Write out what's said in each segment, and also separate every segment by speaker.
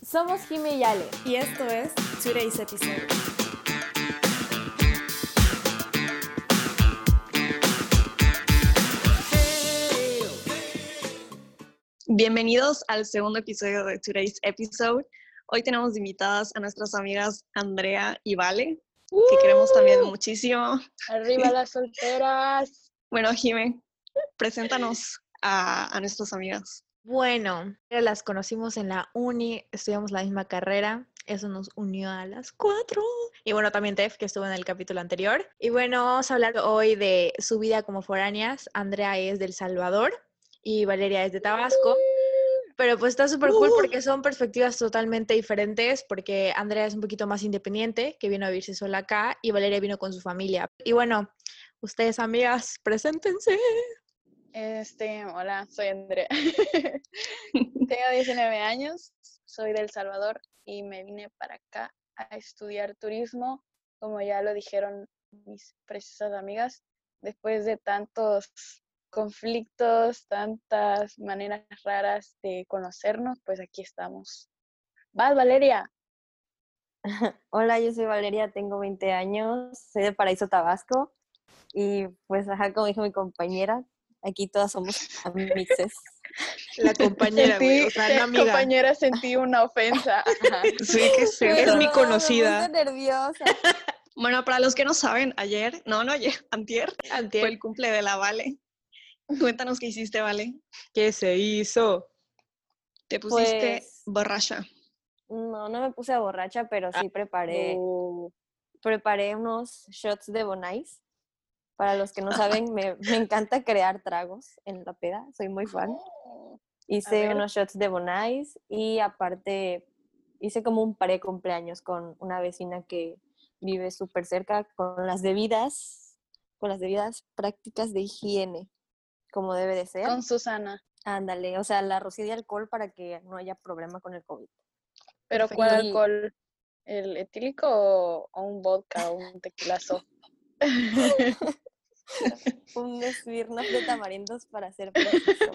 Speaker 1: Somos Jime y Ale.
Speaker 2: Y esto es Today's Episode.
Speaker 3: Bienvenidos al segundo episodio de Today's Episode. Hoy tenemos invitadas a nuestras amigas Andrea y Vale, que queremos también muchísimo.
Speaker 4: ¡Arriba las solteras!
Speaker 3: Bueno, Jime, preséntanos a nuestras amigas.
Speaker 1: Bueno, las conocimos en la uni, estudiamos la misma carrera, eso nos unió a las 4. Y bueno, también Tef, que estuvo en el capítulo anterior. Y bueno, vamos a hablar hoy de su vida como foráneas. Andrea es del Salvador y Valeria es de Tabasco. Pero pues está súper cool porque son perspectivas totalmente diferentes, porque Andrea es un poquito más independiente, que vino a vivirse sola acá, y Valeria vino con su familia. Y bueno, ustedes, amigas, preséntense.
Speaker 4: Hola, soy Andrea. Tengo 19 años, soy del Salvador y me vine para acá a estudiar turismo, como ya lo dijeron mis preciosas amigas, después de tantos conflictos, tantas maneras raras de conocernos, pues aquí estamos. ¡Vas, Valeria!
Speaker 5: Hola, yo soy Valeria, tengo 20 años, soy de Paraíso, Tabasco, y pues, como dijo mi compañera, aquí todas somos amixes.
Speaker 1: La compañera, güey, o sea, la amiga.
Speaker 4: Compañera, sentí una ofensa. Ajá.
Speaker 3: Sí, que sí.
Speaker 1: Es mi conocida.
Speaker 5: Me puse nerviosa.
Speaker 3: Bueno, para los que no saben, ayer, antier, fue el cumple de la Vale. Cuéntanos qué hiciste, Vale.
Speaker 1: ¿Qué se hizo?
Speaker 3: Te pusiste
Speaker 5: Pues,
Speaker 3: borracha.
Speaker 5: no me puse borracha, pero sí preparé unos shots de Bonais. Para los que no saben, me encanta crear tragos en la peda, soy muy fan. Hice unos shots de Bonais y aparte hice como un pre-cumpleaños con una vecina que vive súper cerca con las debidas prácticas de higiene, como debe de ser.
Speaker 4: Con Susana.
Speaker 5: Ándale, o sea, la rocía de alcohol para que no haya problema con el COVID.
Speaker 4: ¿Pero
Speaker 5: Perfecto.
Speaker 4: cuál alcohol? ¿El etílico o un vodka o un tequilazo?
Speaker 5: Un Smirnoff de tamarindos para ser preciso.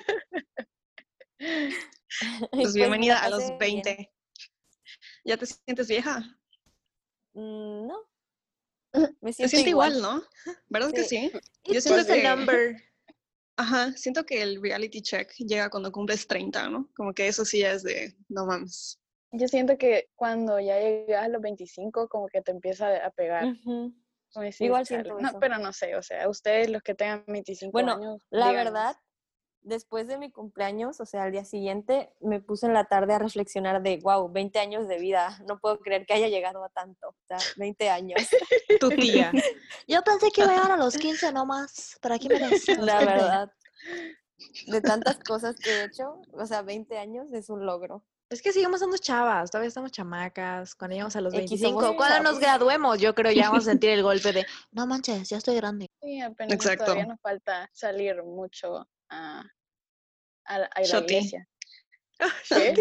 Speaker 3: Pues bienvenida a los
Speaker 5: pasé
Speaker 3: 20.
Speaker 5: bien.
Speaker 3: ¿Ya te sientes vieja?
Speaker 5: No. Me
Speaker 3: Se
Speaker 5: siento
Speaker 3: siente igual, ¿no? ¿Verdad que sí? Yo siento
Speaker 4: just a
Speaker 1: number.
Speaker 3: Ajá, siento que el reality check llega cuando cumples 30, ¿no? Como que eso sí ya es de, no mames.
Speaker 4: Yo siento que cuando ya llegas a los 25, como que te empieza a pegar.
Speaker 5: Uh-huh.
Speaker 4: Como decir,
Speaker 5: Igual
Speaker 4: chale.
Speaker 5: siento
Speaker 4: No,
Speaker 5: eso.
Speaker 4: pero no sé, o sea, ustedes los que tengan 25 años,
Speaker 5: Bueno, la
Speaker 4: díganos.
Speaker 5: verdad, después de mi cumpleaños, o sea, al día siguiente, me puse en la tarde a reflexionar de, wow, 20 años de vida, no puedo creer que haya llegado a tanto, o sea, 20 años.
Speaker 1: Tu tía. Yo pensé que iba a llegar a los 15 nomás, pero aquí me ves.
Speaker 5: La verdad, de tantas cosas que he hecho, o sea, 20 años es un logro.
Speaker 1: Es que seguimos siendo chavas, todavía estamos chamacas. Cuando lleguemos a los 25,
Speaker 5: somos
Speaker 1: cuando nos
Speaker 5: chavos.
Speaker 1: graduemos, yo creo ya vamos a sentir el golpe de, no manches, ya estoy grande.
Speaker 4: Sí, apenas
Speaker 3: Exacto.
Speaker 4: todavía nos falta salir mucho a la iglesia.
Speaker 1: ¿Qué?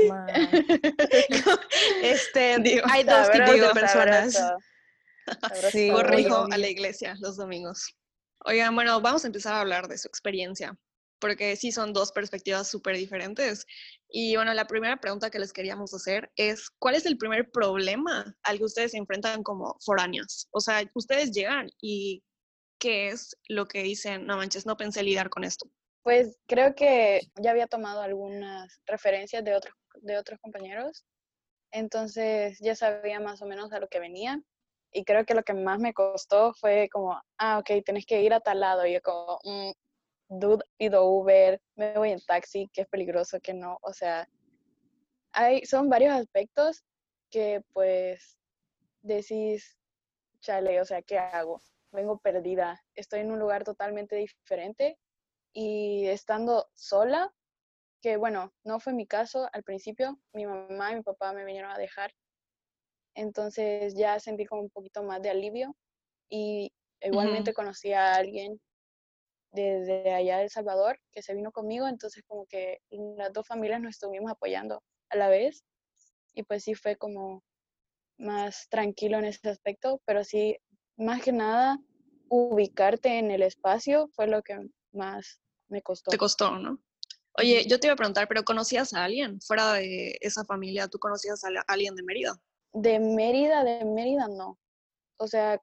Speaker 1: Hay dos tipos de personas.
Speaker 5: Sí,
Speaker 3: corrijo a la iglesia los domingos. Oigan, bueno, vamos a empezar a hablar de su experiencia, porque sí son dos perspectivas súper diferentes. Y bueno, la primera pregunta que les queríamos hacer es, ¿cuál es el primer problema al que ustedes se enfrentan como foráneas? O sea, ustedes llegan y ¿qué es lo que dicen? No manches, no pensé lidiar con esto.
Speaker 4: Pues creo que ya había tomado algunas referencias de otros compañeros, entonces ya sabía más o menos a lo que venía. Y creo que lo que más me costó fue como, ok, tenés que ir a tal lado. Y yo como, dude, pido Uber, me voy en taxi, que es peligroso, que no. O sea, son varios aspectos que pues decís, chale, o sea, ¿qué hago? Vengo perdida, estoy en un lugar totalmente diferente y estando sola, que bueno, no fue mi caso al principio, mi mamá y mi papá me vinieron a dejar. Entonces ya sentí como un poquito más de alivio y igualmente conocí a alguien desde allá de El Salvador que se vino conmigo, entonces como que las dos familias nos estuvimos apoyando a la vez y pues sí fue como más tranquilo en ese aspecto, pero sí, más que nada, ubicarte en el espacio fue lo que más me costó.
Speaker 3: Te costó, ¿no? Oye, yo te iba a preguntar, ¿pero conocías a alguien fuera de esa familia? ¿Tú conocías a alguien de Mérida?
Speaker 4: De Mérida no. O sea,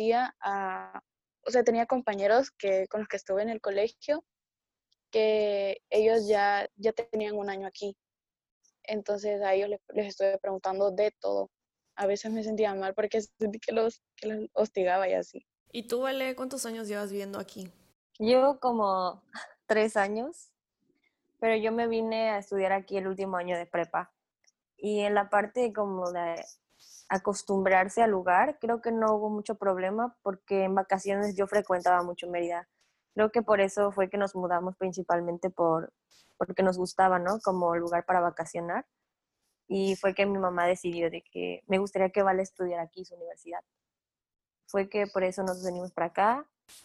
Speaker 4: tenía compañeros con los que estuve en el colegio que ellos ya tenían un año aquí. Entonces a ellos les estuve preguntando de todo. A veces me sentía mal porque sentí que los hostigaba y así.
Speaker 2: ¿Y tú, Vale, cuántos años llevas viviendo aquí?
Speaker 5: Llevo como 3 años, pero yo me vine a estudiar aquí el último año de prepa. Y en la parte como de acostumbrarse al lugar, creo que no hubo mucho problema porque en vacaciones yo frecuentaba mucho Mérida. Creo que por eso fue que nos mudamos principalmente porque nos gustaba, ¿no? Como lugar para vacacionar. Y fue que mi mamá decidió de que me gustaría que Vale estudiara aquí su universidad. Fue que por eso nos venimos para acá.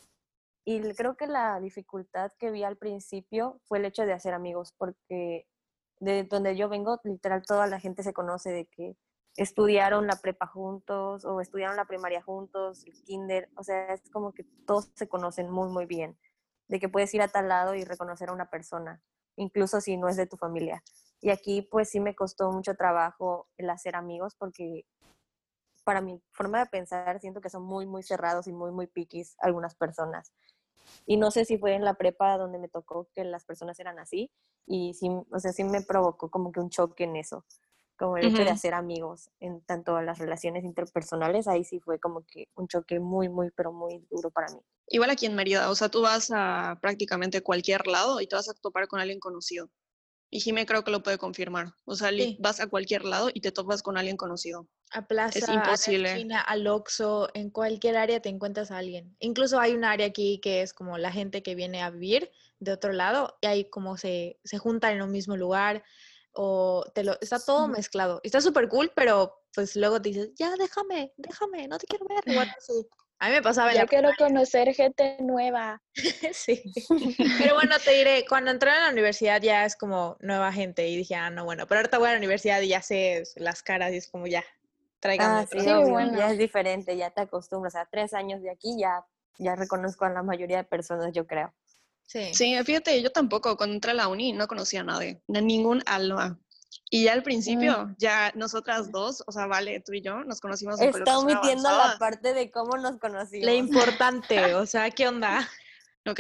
Speaker 5: Y creo que la dificultad que vi al principio fue el hecho de hacer amigos, porque de donde yo vengo, literal, toda la gente se conoce de que estudiaron la prepa juntos o estudiaron la primaria juntos, el kinder, o sea, es como que todos se conocen muy, muy bien, de que puedes ir a tal lado y reconocer a una persona, incluso si no es de tu familia. Y aquí pues sí me costó mucho trabajo el hacer amigos porque para mi forma de pensar siento que son muy, muy cerrados y muy, muy piquis algunas personas. Y no sé si fue en la prepa donde me tocó que las personas eran así y sí, o sea, sí me provocó como que un choque en eso, como el hecho de hacer amigos en tanto las relaciones interpersonales, ahí sí fue como que un choque muy, muy, pero muy duro para mí.
Speaker 3: Igual aquí en Mérida, o sea, tú vas a prácticamente cualquier lado y te vas a topar con alguien conocido. Y Jimé creo que lo puede confirmar. O sea,
Speaker 1: Sí.
Speaker 3: vas a cualquier lado y te topas con alguien conocido.
Speaker 1: A
Speaker 3: Es
Speaker 1: plaza, a la
Speaker 3: imposible.
Speaker 1: esquina, al Oxxo, en cualquier área te encuentras a alguien. Incluso hay un área aquí que es como la gente que viene a vivir de otro lado y ahí como se juntan en un mismo lugar o está todo mezclado. Está súper cool, pero pues luego te dices, ya déjame, no te quiero ver. Igual sí. A mí me pasaba en
Speaker 4: Ya
Speaker 1: la
Speaker 4: quiero conocer gente nueva.
Speaker 1: sí. Pero bueno, te diré, cuando entré a la universidad ya es como nueva gente y dije, ah, no, bueno, pero ahorita voy a la universidad y ya sé las caras y es como ya, tráigame
Speaker 5: Ah,
Speaker 1: otro.
Speaker 5: sí,
Speaker 4: Sí,
Speaker 5: obvio,
Speaker 4: bueno.
Speaker 5: ya es diferente, ya te acostumbras, o sea, 3 años de aquí ya reconozco a la mayoría de personas, yo creo.
Speaker 1: Sí.
Speaker 3: Sí, fíjate, yo tampoco, cuando entré a la uni no conocía a nadie, a ningún alma. Y ya al principio, ya nosotras dos, o sea, Vale, tú y yo, nos conocimos en
Speaker 5: Está
Speaker 3: colocación
Speaker 5: omitiendo la
Speaker 3: avanzada.
Speaker 5: parte de cómo nos
Speaker 1: La
Speaker 5: conocimos.
Speaker 1: importante, o sea, ¿qué onda?
Speaker 3: Ok.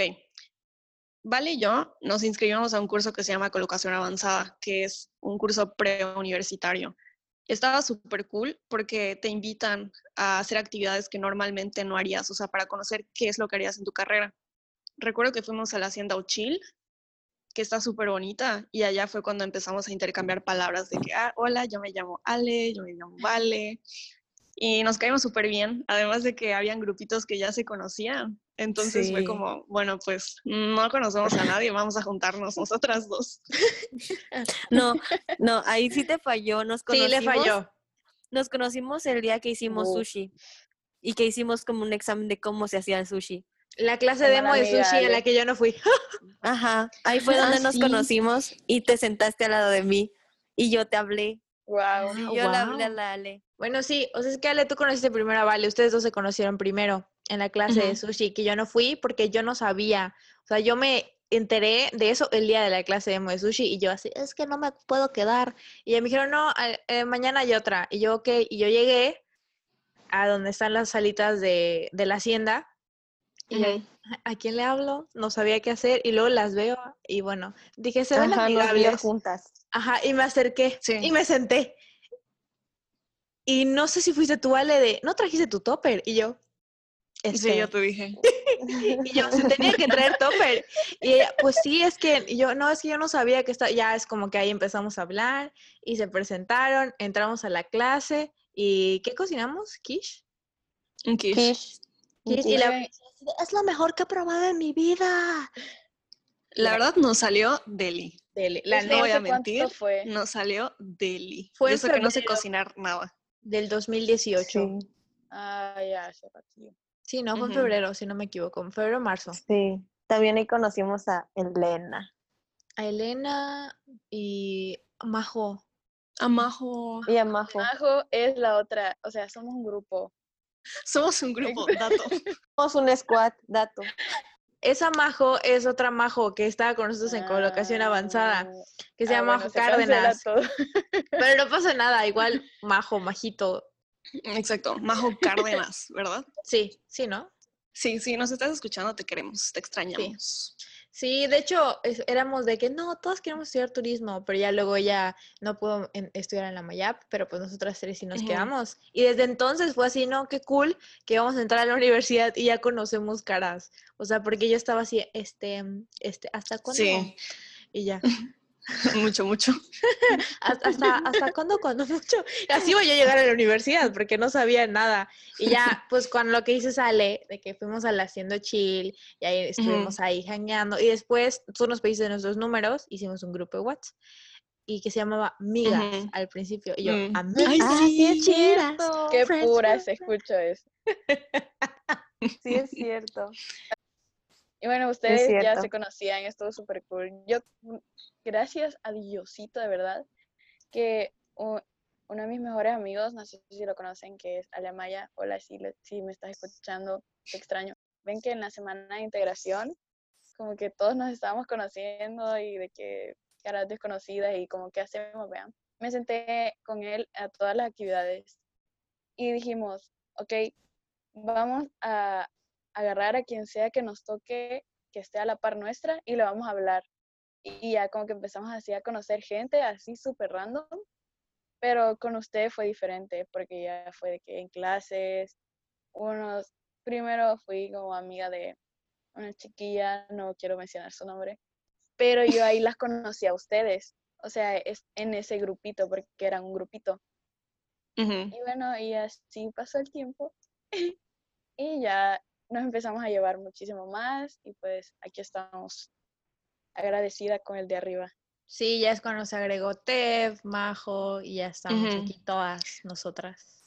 Speaker 3: Vale y yo nos inscribimos a un curso que se llama Colocación Avanzada, que es un curso preuniversitario. Estaba súper cool porque te invitan a hacer actividades que normalmente no harías, o sea, para conocer qué es lo que harías en tu carrera. Recuerdo que fuimos a la Hacienda Uchil, que está súper bonita, y allá fue cuando empezamos a intercambiar palabras de que, ah, hola, yo me llamo Ale, yo me llamo Vale, y nos caímos súper bien, además de que habían grupitos que ya se conocían. Entonces fue
Speaker 1: Sí.
Speaker 3: como, bueno, pues no conocemos a nadie, vamos a juntarnos nosotras dos.
Speaker 5: No, no, ahí sí te falló.
Speaker 1: Sí, le falló.
Speaker 5: Nos conocimos el día que hicimos
Speaker 4: Bu,
Speaker 5: sushi y que hicimos como un examen de cómo se hacía el sushi.
Speaker 1: La clase
Speaker 4: qué
Speaker 1: demo
Speaker 4: mala
Speaker 1: de
Speaker 4: amiga,
Speaker 1: sushi a la
Speaker 4: Ale.
Speaker 1: que yo no fui.
Speaker 5: Ajá, ahí fue
Speaker 3: Ah,
Speaker 5: donde nos
Speaker 3: sí.
Speaker 5: conocimos y te sentaste al lado de mí y yo te hablé
Speaker 4: Wow.
Speaker 5: y
Speaker 1: Ah,
Speaker 5: yo le hablé a
Speaker 1: wow.
Speaker 5: la Ale.
Speaker 1: Bueno, sí, o sea, es que Ale, tú conociste primero a Vale, ustedes dos se conocieron primero en la clase de
Speaker 3: Ujú.
Speaker 1: sushi, que yo no fui porque yo no sabía, o sea, yo me enteré de eso el día de la clase demo de sushi y yo así, es que no me puedo quedar. Y ya me dijeron, no, mañana hay otra. Y yo, ok, y yo llegué a donde están las salitas de la hacienda y yo,
Speaker 3: Ujú.
Speaker 1: ¿a quién le hablo? No sabía qué hacer y luego las veo y bueno, dije, se ven
Speaker 5: Ajá, nos vio
Speaker 1: amigables.
Speaker 5: juntas.
Speaker 1: Ajá, y me acerqué y
Speaker 3: Sí,
Speaker 1: me senté. Y no sé si fuiste tú, Ale, de, no trajiste tu topper. Y yo,
Speaker 3: sí, yo
Speaker 1: espera.
Speaker 3: te dije.
Speaker 1: Y yo, se tenía que traer topper. Y ella, pues sí, es que y yo, no, es que yo no sabía que está. Ya es como que ahí empezamos a hablar y se presentaron, entramos a la clase. ¿Y qué cocinamos? ¿Quiche?
Speaker 3: Un quiche.
Speaker 5: Kish, un
Speaker 1: Quiche. Y la
Speaker 5: kish.
Speaker 4: Oigan,
Speaker 1: es lo mejor que he probado en mi vida. Y
Speaker 3: La verdad nos salió deli.
Speaker 1: la
Speaker 3: No
Speaker 4: ¿eso
Speaker 3: voy a
Speaker 1: neta,
Speaker 4: hace cuánto
Speaker 3: mentir,
Speaker 4: fue?
Speaker 3: nos salió deli.
Speaker 1: fue
Speaker 3: Y
Speaker 1: en
Speaker 3: eso que no sé
Speaker 1: febrero
Speaker 3: cocinar nada.
Speaker 1: del 2018.
Speaker 5: Sí,
Speaker 4: Ah, ya, hace ratillo.
Speaker 1: Sí, no, fue en
Speaker 3: Ujú.
Speaker 1: febrero, si no me equivoco, en febrero o marzo.
Speaker 5: sí. También ahí conocimos a Elena.
Speaker 1: A Elena y Majo.
Speaker 3: Amajo.
Speaker 5: Y a Majo.
Speaker 4: Majo es la otra, o sea, somos un grupo.
Speaker 3: Somos un grupo, dato.
Speaker 5: Somos un squad, dato.
Speaker 1: esa Majo es otra Majo que estaba con nosotros en colocación avanzada, que se llama Majo
Speaker 4: se cancela
Speaker 1: Cárdenas.
Speaker 4: todo.
Speaker 1: Pero no pasa nada, igual Majo, Majito.
Speaker 3: Exacto, Majo Cárdenas, ¿verdad?
Speaker 1: Sí, sí, ¿no?
Speaker 3: Sí, sí, nos estás escuchando, te queremos, te extrañamos.
Speaker 1: Sí, de hecho, éramos de que no, todos queremos estudiar turismo, pero ya luego ella no pudo estudiar en la Mayap, pero pues nosotras tres sí nos quedamos. Y desde entonces fue así, no, qué cool que vamos a entrar a la universidad y ya conocemos caras. O sea, porque yo estaba así, ¿hasta cuándo?
Speaker 3: Sí.
Speaker 1: Y ya.
Speaker 3: Mucho.
Speaker 1: ¿Hasta cuándo? Cuando mucho. Así voy a llegar a la universidad porque no sabía nada. Y ya, pues cuando lo que hice sale, de que fuimos a la Haciendo Chill y ahí estuvimos ahí hangueando. Y después tú nos pediste nuestros números, hicimos un grupo de WhatsApp y que se llamaba Migas al principio. Y yo, amigas.
Speaker 3: ¡Ay,
Speaker 5: sí es
Speaker 1: chidas,
Speaker 5: cierto!
Speaker 4: Qué
Speaker 1: friends
Speaker 4: pura
Speaker 1: forever.
Speaker 4: se escucha eso.
Speaker 5: Sí es cierto.
Speaker 4: Y bueno, ustedes ya
Speaker 5: cierto.
Speaker 4: se conocían, estuvo súper cool. Yo, gracias a Diosito, de verdad, que uno de mis mejores amigos, no sé si lo conocen, que es Alamaya. Hola, si me estás escuchando, te extraño. Ven que en la semana de integración, como que todos nos estábamos conociendo y de que caras desconocidas y como que hacemos, vean. Me senté con él a todas las actividades y dijimos, ok, vamos a agarrar a quien sea que nos toque, que esté a la par nuestra, y le vamos a hablar. Y ya como que empezamos así a conocer gente, así súper random, pero con usted fue diferente, porque ya fue de que en clases, primero fui como amiga de una chiquilla, no quiero mencionar su nombre, pero yo ahí las conocí a ustedes, o sea, es en ese grupito, porque eran un grupito. Y bueno, y así pasó el tiempo. Y ya nos empezamos a llevar muchísimo más y pues aquí estamos, agradecida con el de arriba.
Speaker 1: Sí, ya es cuando se agregó Tev, Majo y ya estamos aquí todas nosotras.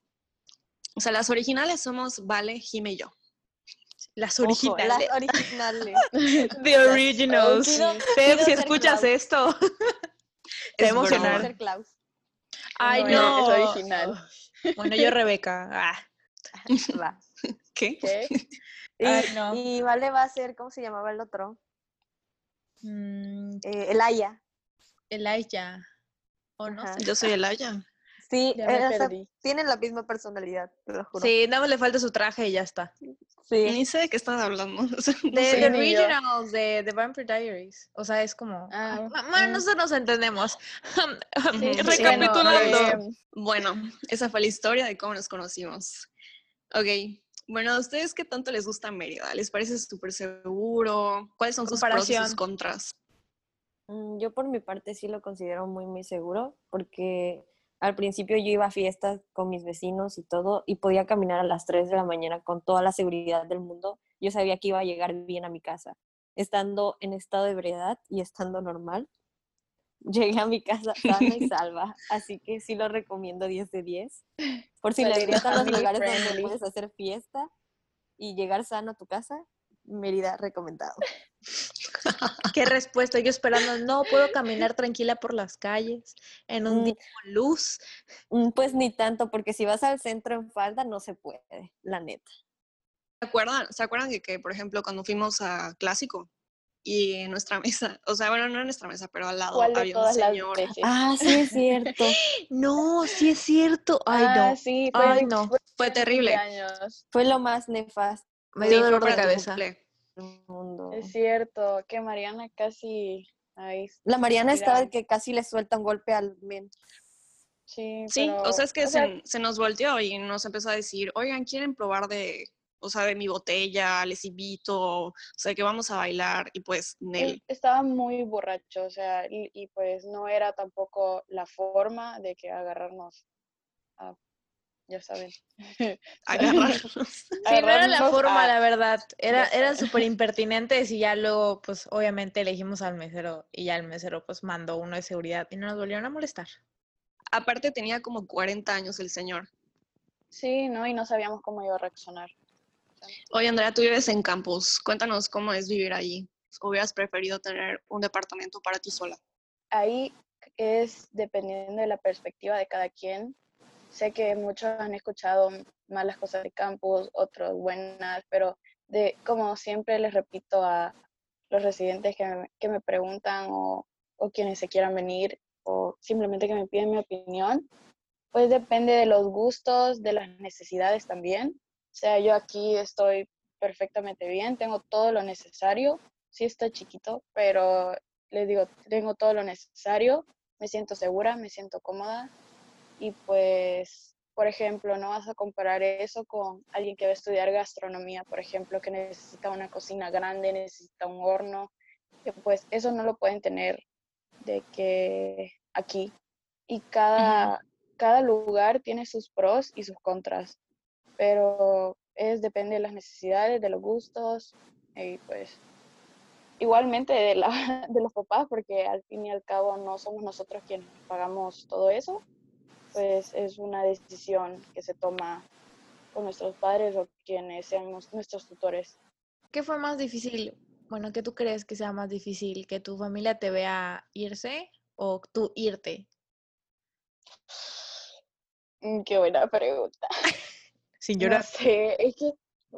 Speaker 3: O sea, las originales somos Vale, Jime y yo.
Speaker 1: Las
Speaker 5: Ojo,
Speaker 1: originales.
Speaker 5: las originales.
Speaker 1: The originals. Tev, si
Speaker 5: ser
Speaker 1: escuchas
Speaker 5: Klaus.
Speaker 1: te va a
Speaker 3: Es
Speaker 1: emocionar.
Speaker 3: broma.
Speaker 5: Ser Klaus.
Speaker 1: Ay,
Speaker 4: No,
Speaker 1: no.
Speaker 4: es original.
Speaker 1: Bueno, yo Rebeca.
Speaker 5: Va.
Speaker 3: ¿Qué?
Speaker 4: ¿Qué?
Speaker 1: Ay, no.
Speaker 5: Y Vale va a ser, ¿cómo se llamaba el otro?
Speaker 1: Mm,
Speaker 5: El Aya.
Speaker 1: Elijah. O no
Speaker 5: Ajá.
Speaker 1: sé.
Speaker 3: Yo soy Elaya.
Speaker 5: Sí,
Speaker 4: Ya me
Speaker 5: o sea,
Speaker 4: perdí.
Speaker 5: tienen la misma personalidad, te lo juro.
Speaker 1: Sí, nada más le falta su traje y ya está.
Speaker 5: Sí.
Speaker 3: Ni sé de qué estás hablando. O sea, no
Speaker 1: De
Speaker 3: sé.
Speaker 1: The
Speaker 4: ni yo.
Speaker 1: Originals, de The Vampire Diaries. O sea, es como... Bueno, nosotros nos entendemos.
Speaker 4: Sí, sí,
Speaker 1: Recapitulando.
Speaker 3: Bueno, esa fue la historia de cómo nos conocimos. Ok, bueno, ¿a ustedes qué tanto les gusta Mérida? ¿Les parece súper seguro? ¿Cuáles son sus pros y sus
Speaker 1: Comparación.
Speaker 3: contras?
Speaker 5: Yo por mi parte sí lo considero muy, muy seguro, porque al principio yo iba a fiestas con mis vecinos y todo, y podía caminar a las 3 de la mañana con toda la seguridad del mundo. Yo sabía que iba a llegar bien a mi casa, estando en estado de ebriedad y estando normal. Llegué a mi casa sana y salva, así que sí lo recomiendo 10 de 10. Por si les
Speaker 4: Valeria
Speaker 5: gustan los
Speaker 4: family
Speaker 5: lugares donde
Speaker 4: friendly.
Speaker 5: puedes hacer fiesta y llegar sano a tu casa, Mérida recomendado.
Speaker 1: Qué respuesta, yo esperando, no puedo caminar tranquila por las calles en un día con luz.
Speaker 5: Pues ni tanto, porque si vas al centro en falda no se puede, la neta.
Speaker 3: ¿Se acuerdan que, por ejemplo, cuando fuimos a Clásico y en nuestra mesa, o sea, bueno, no en nuestra mesa, pero al lado
Speaker 4: ¿Cuál de
Speaker 3: había un
Speaker 4: todas las
Speaker 3: señor?
Speaker 4: veces?
Speaker 5: Ah, sí es cierto.
Speaker 1: No, sí es cierto. Ay, no.
Speaker 4: Sí,
Speaker 1: Ay, no.
Speaker 3: Fue terrible.
Speaker 4: Cumpleaños.
Speaker 5: Fue lo más nefasto
Speaker 1: Me dio
Speaker 3: Sí, fue
Speaker 1: dolor de
Speaker 3: para tu
Speaker 1: cabeza.
Speaker 3: cumple.
Speaker 5: del mundo.
Speaker 4: Es cierto, que Mariana casi ahí.
Speaker 5: La Mariana estaba
Speaker 4: Mira,
Speaker 5: de que casi le suelta un golpe al men.
Speaker 4: sí,
Speaker 3: Sí,
Speaker 4: pero,
Speaker 3: o sea, es que
Speaker 4: o sea,
Speaker 3: se nos volteó y nos empezó a decir, oigan, ¿quieren probar o sea, de mi botella? Les invito, o sea, que vamos a bailar y pues, Nel.
Speaker 4: estaba muy borracho, o sea, y pues no era tampoco la forma de que agarrarnos a, ya saben.
Speaker 3: Agarrarnos.
Speaker 1: Sí, no era la
Speaker 4: Agarrarnos
Speaker 1: forma,
Speaker 4: a-
Speaker 1: la verdad.
Speaker 4: ya
Speaker 1: Eran
Speaker 4: saben.
Speaker 1: súper impertinentes y ya luego, pues, obviamente elegimos al mesero y ya el mesero, pues, mandó uno de seguridad y no nos volvieron a molestar.
Speaker 3: Aparte tenía como 40 años el señor.
Speaker 4: Sí, ¿no? Y no sabíamos cómo iba a reaccionar.
Speaker 3: Oye, Andrea, tú vives en campus. Cuéntanos cómo es vivir allí. ¿Hubieras preferido tener un departamento para ti sola?
Speaker 4: Ahí es dependiendo de la perspectiva de cada quien. Sé que muchos han escuchado malas cosas de campus, otros buenas, pero como siempre les repito a los residentes que me preguntan o quienes se quieran venir o simplemente que me piden mi opinión, pues depende de los gustos, de las necesidades también. O sea, yo aquí estoy perfectamente bien, tengo todo lo necesario, sí está chiquito, pero les digo, tengo todo lo necesario, me siento segura, me siento cómoda y pues, por ejemplo, no vas a comparar eso con alguien que va a estudiar gastronomía, por ejemplo, que necesita una cocina grande, necesita un horno, que pues eso no lo pueden tener de que aquí. Y cada lugar tiene sus pros y sus contras, pero depende de las necesidades, de los gustos y pues igualmente de los papás, porque al fin y al cabo no somos nosotros quienes pagamos todo eso, pues es una decisión que se toma con nuestros padres o quienes sean nuestros tutores.
Speaker 1: ¿Qué fue más difícil? Bueno, ¿qué tú crees que sea más difícil? ¿Que tu familia te vea irse o tú irte?
Speaker 4: Qué buena pregunta.
Speaker 1: Sin
Speaker 4: No
Speaker 1: llorar.
Speaker 4: sé, es que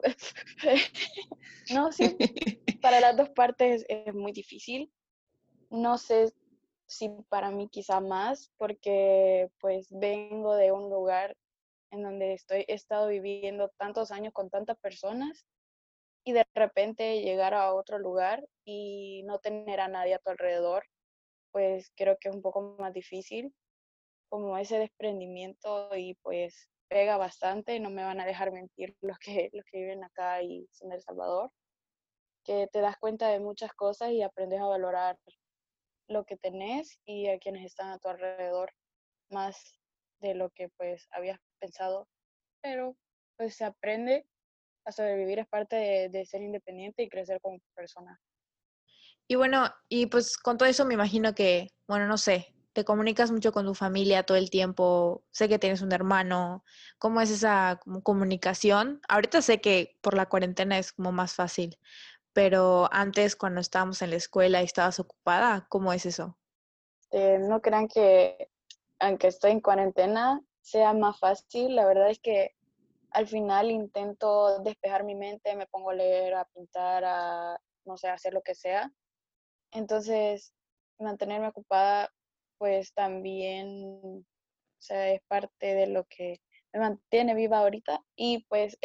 Speaker 4: no, sí, para las dos partes es muy difícil. No sé si para mí quizá más, porque pues vengo de un lugar en donde he estado viviendo tantos años con tantas personas y de repente llegar a otro lugar y no tener a nadie a tu alrededor, pues creo que es un poco más difícil, como ese desprendimiento y pues pega bastante, no me van a dejar mentir los que viven acá y son de El Salvador, que te das cuenta de muchas cosas y aprendes a valorar lo que tenés y a quienes están a tu alrededor más de lo que pues habías pensado, pero pues se aprende a sobrevivir, es parte de ser independiente y crecer como persona.
Speaker 1: Y bueno, y pues con todo eso me imagino que, bueno, no sé, te comunicas mucho con tu familia todo el tiempo, sé que tienes un hermano, ¿cómo es esa como comunicación? Ahorita sé que por la cuarentena es como más fácil, pero antes cuando estábamos en la escuela y estabas ocupada, ¿cómo es eso?
Speaker 4: No crean que aunque estoy en cuarentena sea más fácil, la verdad es que al final intento despejar mi mente, me pongo a leer, a pintar, a, no sé, a hacer lo que sea. Entonces, mantenerme ocupada, pues también, o sea, es parte de lo que me mantiene viva ahorita. Y pues,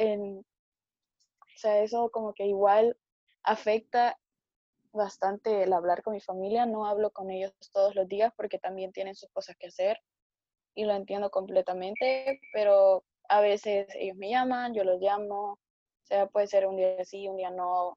Speaker 4: o sea, eso como que igual afecta bastante el hablar con mi familia. No hablo con ellos todos los días porque también tienen sus cosas que hacer y lo entiendo completamente, pero a veces ellos me llaman, yo los llamo, o sea, puede ser un día sí, un día no,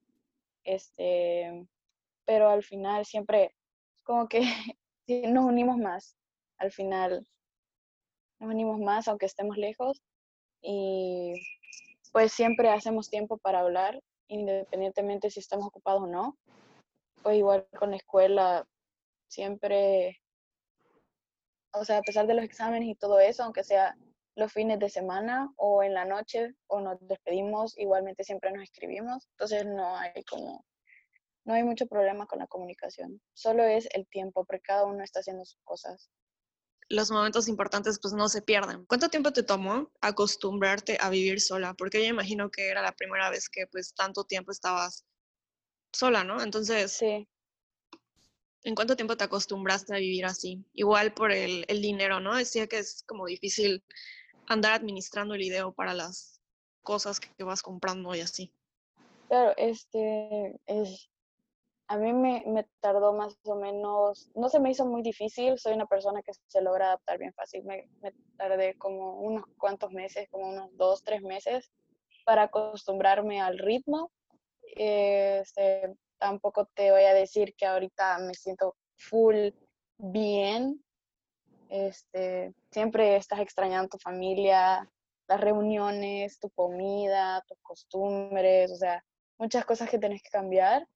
Speaker 4: este, pero al final siempre como que sí, nos unimos más, al final nos unimos más aunque estemos lejos y pues siempre hacemos tiempo para hablar, independientemente si estamos ocupados o no, pues igual con la escuela siempre, o sea, a pesar de los exámenes y todo eso, aunque sea los fines de semana o en la noche o nos despedimos, igualmente siempre nos escribimos, entonces no hay mucho problema con la comunicación, solo es el tiempo, porque cada uno está haciendo sus cosas.
Speaker 3: Los momentos importantes pues no se pierden. ¿Cuánto tiempo te tomó acostumbrarte a vivir sola? Porque yo imagino que era la primera vez que pues tanto tiempo estabas sola, ¿no? Entonces,
Speaker 4: Sí,
Speaker 3: ¿en cuánto tiempo te acostumbraste a vivir así? Igual por el dinero, ¿no? Decía que es como difícil andar administrando el dinero para las cosas que vas comprando y así.
Speaker 4: claro, a mí me tardó más o menos, no se me hizo muy difícil, soy una persona que se logra adaptar bien fácil, me tardé como unos cuantos meses, como unos 2, 3 meses para acostumbrarme al ritmo. Tampoco te voy a decir que ahorita me siento full bien. Siempre estás extrañando a tu familia, las reuniones, tu comida, tus costumbres, o sea, muchas cosas que tenés que cambiar,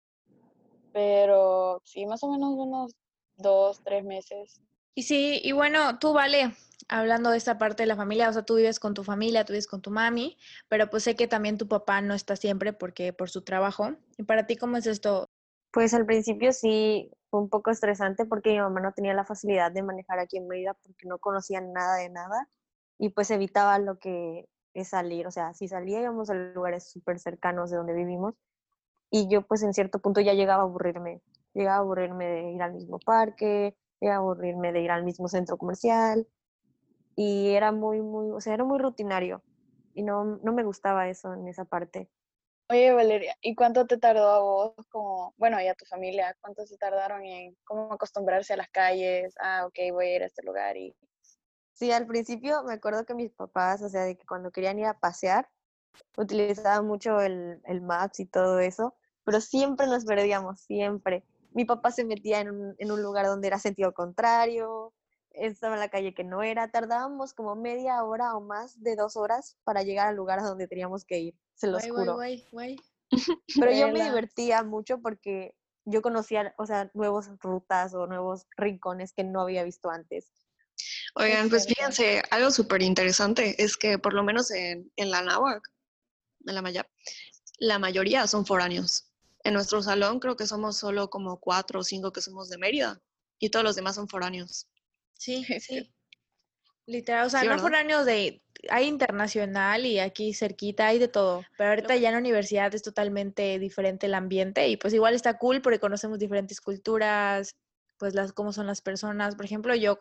Speaker 4: pero sí, más o menos unos 2, 3 meses.
Speaker 1: Y sí, y bueno, tú vale, hablando de esta parte de la familia, o sea, tú vives con tu familia, tú vives con tu mami, pero pues sé que también tu papá no está siempre porque por su trabajo. ¿Y para ti cómo es esto?
Speaker 5: Pues al principio sí fue un poco estresante porque mi mamá no tenía la facilidad de manejar aquí en Mérida porque no conocía nada de nada y pues evitaba lo que salir, o sea, si salíamos a lugares súper cercanos de donde vivimos, y yo pues en cierto punto ya llegaba a aburrirme de ir al mismo parque, llegaba a aburrirme de ir al mismo centro comercial, y era o sea, era muy rutinario, y no me gustaba eso en esa parte.
Speaker 4: Oye, Valeria, ¿y cuánto te tardó a vos como, bueno, y a tu familia, cuánto se tardaron en cómo acostumbrarse a las calles? Ah, ok, voy a ir a este lugar y...
Speaker 5: Sí, al principio me acuerdo que mis papás, o sea, de que cuando querían ir a pasear, utilizaban mucho el Maps y todo eso, pero siempre nos perdíamos, siempre. Mi papá se metía en un lugar donde era sentido contrario, estaba en la calle que no era, tardábamos como media hora o más de 2 horas para llegar al lugar a donde teníamos que ir, se los juro.
Speaker 1: Guay.
Speaker 5: Pero yo me
Speaker 4: Vela.
Speaker 5: divertía mucho porque yo conocía, o sea, nuevas rutas o nuevos rincones que no había visto antes.
Speaker 3: Oigan, pues
Speaker 4: cierto.
Speaker 3: fíjense, algo súper interesante es que por lo menos en la náhuac, en la Maya, la mayoría son foráneos. En nuestro salón creo que somos solo como 4 o 5 que somos de Mérida y todos los demás son foráneos.
Speaker 1: Sí,
Speaker 4: Es cierto.
Speaker 1: sí. Literal, o sea,
Speaker 3: Sí,
Speaker 1: no
Speaker 3: ¿verdad?
Speaker 1: foráneos hay internacional y aquí cerquita hay de todo, pero ahorita ya en la universidad es totalmente diferente el ambiente y pues igual está cool porque conocemos diferentes culturas, pues cómo son las personas. Por ejemplo, yo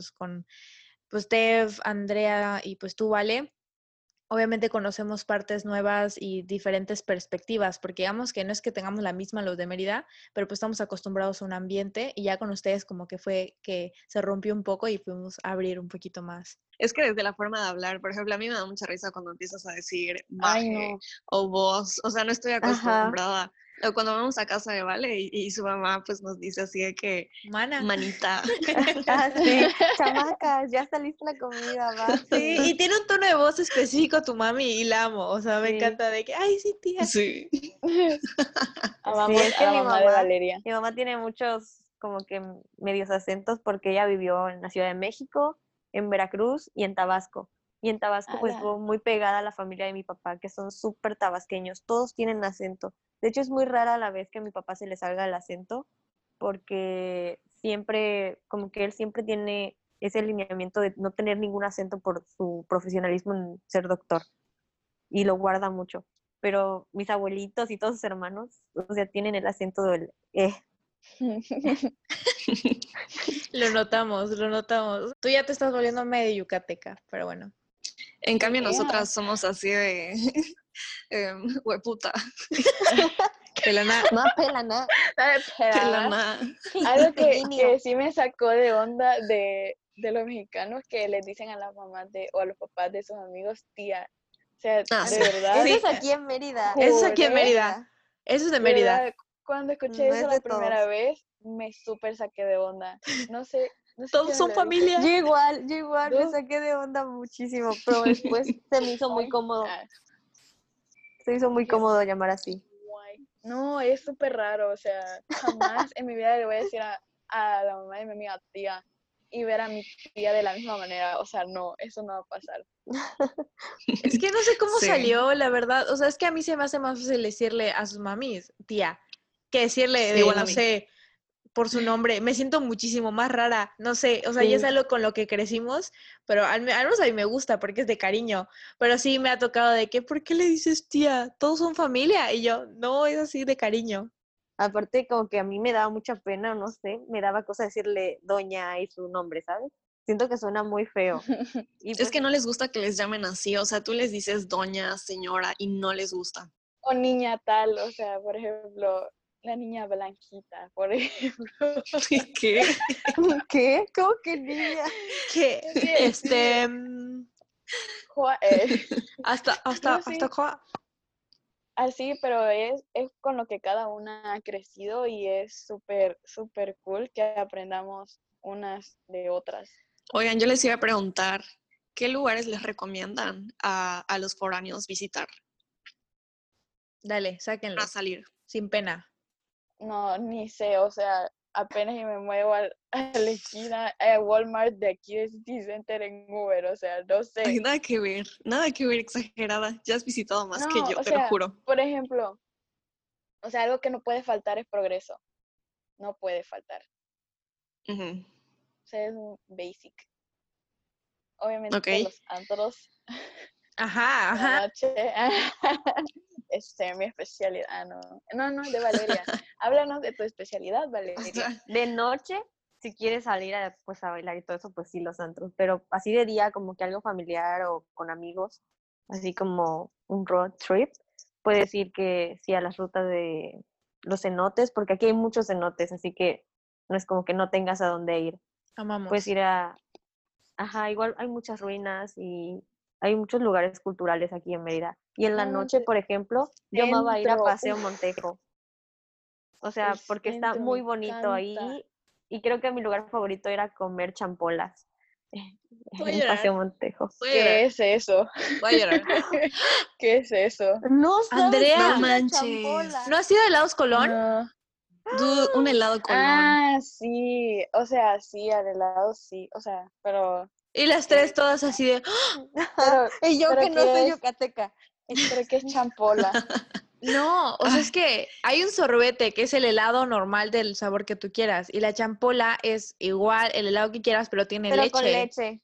Speaker 1: pues Tev, Andrea y pues tú, Vale, obviamente conocemos partes nuevas y diferentes perspectivas, porque digamos que no es que tengamos la misma los de Mérida, pero pues estamos acostumbrados a un ambiente y ya con ustedes como que fue que se rompió un poco y pudimos abrir un poquito más.
Speaker 3: Es que desde la forma de hablar, por ejemplo, a mí me da mucha risa cuando empiezas a decir
Speaker 4: Ay,
Speaker 3: maje
Speaker 4: no.
Speaker 3: o vos, o sea, no estoy
Speaker 5: Ajá.
Speaker 3: acostumbrada. O cuando vamos a casa de Vale y su mamá pues nos dice así de que
Speaker 1: Mana.
Speaker 3: manita.
Speaker 5: Ah, sí, chamacas, ya está lista la comida,
Speaker 1: Sí,
Speaker 5: bajen.
Speaker 1: y tiene un tono de voz específico tu mami y la amo, o sea, me
Speaker 5: Sí,
Speaker 1: encanta de que, ay, sí, tía.
Speaker 3: Sí.
Speaker 5: sí,
Speaker 4: Amamos
Speaker 5: es
Speaker 4: a
Speaker 5: que
Speaker 4: la mamá de Valeria.
Speaker 5: mi mamá tiene muchos como que medios acentos porque ella vivió en la Ciudad de México, en Veracruz y en Tabasco. Y en Tabasco pues
Speaker 4: Ala.
Speaker 5: estuvo muy pegada a la familia de mi papá, que son súper tabasqueños, todos tienen acento. De hecho es muy rara la vez que a mi papá se le salga el acento, porque siempre, como que él siempre tiene ese alineamiento de no tener ningún acento por su profesionalismo en ser doctor y lo guarda mucho. Pero mis abuelitos y todos sus hermanos, o sea, tienen el acento del
Speaker 1: Lo notamos, lo notamos. Tú ya te estás volviendo medio yucateca, pero bueno.
Speaker 3: En cambio,
Speaker 4: Ea.
Speaker 3: nosotras somos así de hueputa,
Speaker 1: De la nada.
Speaker 5: no pela nada,
Speaker 3: de la
Speaker 4: Pero
Speaker 3: nada.
Speaker 4: algo
Speaker 5: sanguíneo.
Speaker 4: que sí me sacó de onda de los mexicanos que les dicen a las mamás o a los papás de sus amigos tía. O sea,
Speaker 3: Ah,
Speaker 4: de
Speaker 3: sí.
Speaker 4: verdad,
Speaker 5: Eso es
Speaker 1: Sí,
Speaker 5: aquí en Mérida,
Speaker 1: eso es
Speaker 5: eso es
Speaker 1: aquí
Speaker 5: aquí
Speaker 1: en
Speaker 5: en
Speaker 4: juré,
Speaker 1: Mérida.
Speaker 5: Mérida,
Speaker 1: Eso es de
Speaker 4: de
Speaker 1: Mérida.
Speaker 4: verdad, cuando escuché
Speaker 5: no
Speaker 4: eso
Speaker 5: es
Speaker 4: la
Speaker 5: de
Speaker 4: primera
Speaker 5: todos.
Speaker 4: vez, me súper saqué de onda. No sé
Speaker 1: Todos
Speaker 4: quién me
Speaker 1: son
Speaker 4: lo dijo.
Speaker 1: familia.
Speaker 5: Yo igual me
Speaker 4: No,
Speaker 5: saqué de onda muchísimo, pero después se me hizo muy
Speaker 4: guay.
Speaker 5: cómodo,
Speaker 4: Ah,
Speaker 5: se hizo muy
Speaker 4: qué
Speaker 5: cómodo llamar así.
Speaker 4: guay. No, es súper raro, o sea, jamás en mi vida le voy a decir a la mamá de mi amiga tía y ver a mi tía de la misma manera, o sea, no, eso no va a pasar.
Speaker 1: Es que no sé cómo
Speaker 3: Sí,
Speaker 1: salió, la verdad. O sea, es que a mí se me hace más fácil decirle a sus mamis, tía, que decirle,
Speaker 3: sí,
Speaker 1: digo,
Speaker 3: a
Speaker 1: no
Speaker 3: mí.
Speaker 1: sé, por su nombre. Me siento muchísimo más rara. No sé, o sea, ya es
Speaker 5: Sí,
Speaker 1: algo con lo que crecimos, pero al menos a mí me gusta porque es de cariño. Pero sí me ha tocado de que, ¿por qué le dices tía? Todos son familia. Y yo, no, es así de cariño.
Speaker 5: aparte como que a mí me daba mucha pena, no sé, me daba cosa decirle doña y su nombre, ¿sabes? Siento que suena muy feo. Y
Speaker 3: Es
Speaker 5: pues
Speaker 3: que no les gusta que les llamen así, o sea, tú les dices doña, señora y no les gusta.
Speaker 4: O niña tal, o sea, por ejemplo, la niña blanquita, por ejemplo.
Speaker 3: ¿Qué?
Speaker 5: ¿qué? ¿Cómo que niña?
Speaker 1: Que,
Speaker 4: Sí, sí, Jua- eh, no,
Speaker 1: hasta,
Speaker 4: sí, así, pero es con lo que cada una ha crecido y es súper, súper cool que aprendamos unas de otras.
Speaker 3: Oigan, yo les iba a preguntar, ¿qué lugares les recomiendan a los foráneos visitar
Speaker 1: dale,
Speaker 3: para
Speaker 1: sáquenlo,
Speaker 3: salir?
Speaker 1: sin pena.
Speaker 4: No, ni sé, o sea, apenas y me muevo a la esquina, a Walmart de aquí de City Center en Uber, o sea, no
Speaker 3: Ay,
Speaker 4: sé.
Speaker 3: nada que ver, exagerada. Ya has visitado más que
Speaker 4: No,
Speaker 3: yo,
Speaker 4: o
Speaker 3: te lo
Speaker 4: sea,
Speaker 3: juro.
Speaker 4: por ejemplo, o sea, algo que no puede faltar es progreso, no puede faltar.
Speaker 3: Ujú.
Speaker 4: O sea, es un basic. Obviamente
Speaker 3: Ok.
Speaker 4: los antros,
Speaker 1: Ajá,
Speaker 4: En la
Speaker 1: ajá.
Speaker 4: noche. Mi especialidad. No, de Valeria. Háblanos de tu especialidad, Valeria.
Speaker 5: De noche, si quieres salir pues, a bailar y todo eso, pues sí, los antros. Pero así de día, como que algo familiar o con amigos, así como un road trip, puedes ir que sí a las rutas de los cenotes, porque aquí hay muchos cenotes, así que no es como que no tengas a dónde ir. Puedes
Speaker 1: Amamos.
Speaker 5: ir ajá, igual hay muchas ruinas y hay muchos lugares culturales aquí en Mérida. Y en la
Speaker 4: Vamos
Speaker 5: noche,
Speaker 4: al
Speaker 5: por ejemplo, yo amaba ir a
Speaker 4: centro.
Speaker 5: Paseo Montejo. O
Speaker 4: El
Speaker 5: sea, porque está
Speaker 4: centro me
Speaker 5: muy bonito
Speaker 4: encanta.
Speaker 5: ahí y creo que mi lugar favorito era comer champolas
Speaker 3: Voy a
Speaker 5: en
Speaker 3: llorar,
Speaker 5: Paseo Montejo.
Speaker 3: voy a
Speaker 4: ¿Qué
Speaker 3: llorar,
Speaker 4: es eso?
Speaker 3: voy a llorar.
Speaker 4: ¿Qué es eso?
Speaker 5: No sabes qué
Speaker 3: No
Speaker 5: es
Speaker 1: Andrea,
Speaker 5: la
Speaker 3: manches.
Speaker 5: champola.
Speaker 1: ¿no has ido a helados Colón?
Speaker 4: No.
Speaker 3: Dude, un helado Colón.
Speaker 4: Ah, sí. O sea, sí, al helado sí. O sea,
Speaker 1: Y las tres todas así de,
Speaker 4: pero,
Speaker 5: Y yo que
Speaker 4: pero
Speaker 5: no
Speaker 4: ¿qué
Speaker 5: soy
Speaker 4: es?
Speaker 5: yucateca.
Speaker 4: ¿Pero qué es champola?
Speaker 1: no, o sea, es
Speaker 3: Ay,
Speaker 1: que hay un sorbete que es el helado normal del sabor que tú quieras y la champola es igual el helado que quieras, pero tiene
Speaker 5: Pero con
Speaker 1: leche.
Speaker 5: leche.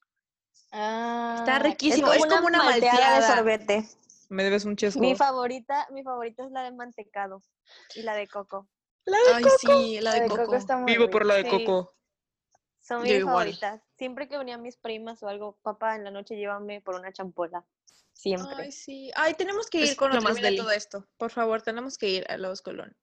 Speaker 1: Está
Speaker 4: Ah,
Speaker 5: Es
Speaker 1: riquísimo,
Speaker 5: como
Speaker 1: es
Speaker 5: una
Speaker 1: como una
Speaker 5: malteada de
Speaker 1: malteada.
Speaker 5: sorbete.
Speaker 1: Me debes un
Speaker 5: Mi
Speaker 1: chesco.
Speaker 5: favorita es la de mantecado y la de coco.
Speaker 1: La de
Speaker 3: ay,
Speaker 1: coco.
Speaker 3: sí, la
Speaker 4: la
Speaker 3: de
Speaker 4: de coco
Speaker 3: coco.
Speaker 4: está muy
Speaker 1: Vivo por la
Speaker 4: rica.
Speaker 1: de
Speaker 5: Sí,
Speaker 1: coco.
Speaker 5: son
Speaker 3: Yo
Speaker 5: mis
Speaker 3: igual.
Speaker 5: favoritas. Siempre que venían mis primas o algo, papá, en la noche llévame por una champola.
Speaker 1: Ay,
Speaker 5: Siempre.
Speaker 1: sí. Ay, tenemos que ir
Speaker 3: Es
Speaker 1: cuando
Speaker 3: lo más
Speaker 1: termine
Speaker 3: deli.
Speaker 1: todo esto. Por favor, tenemos que ir a Los Colón.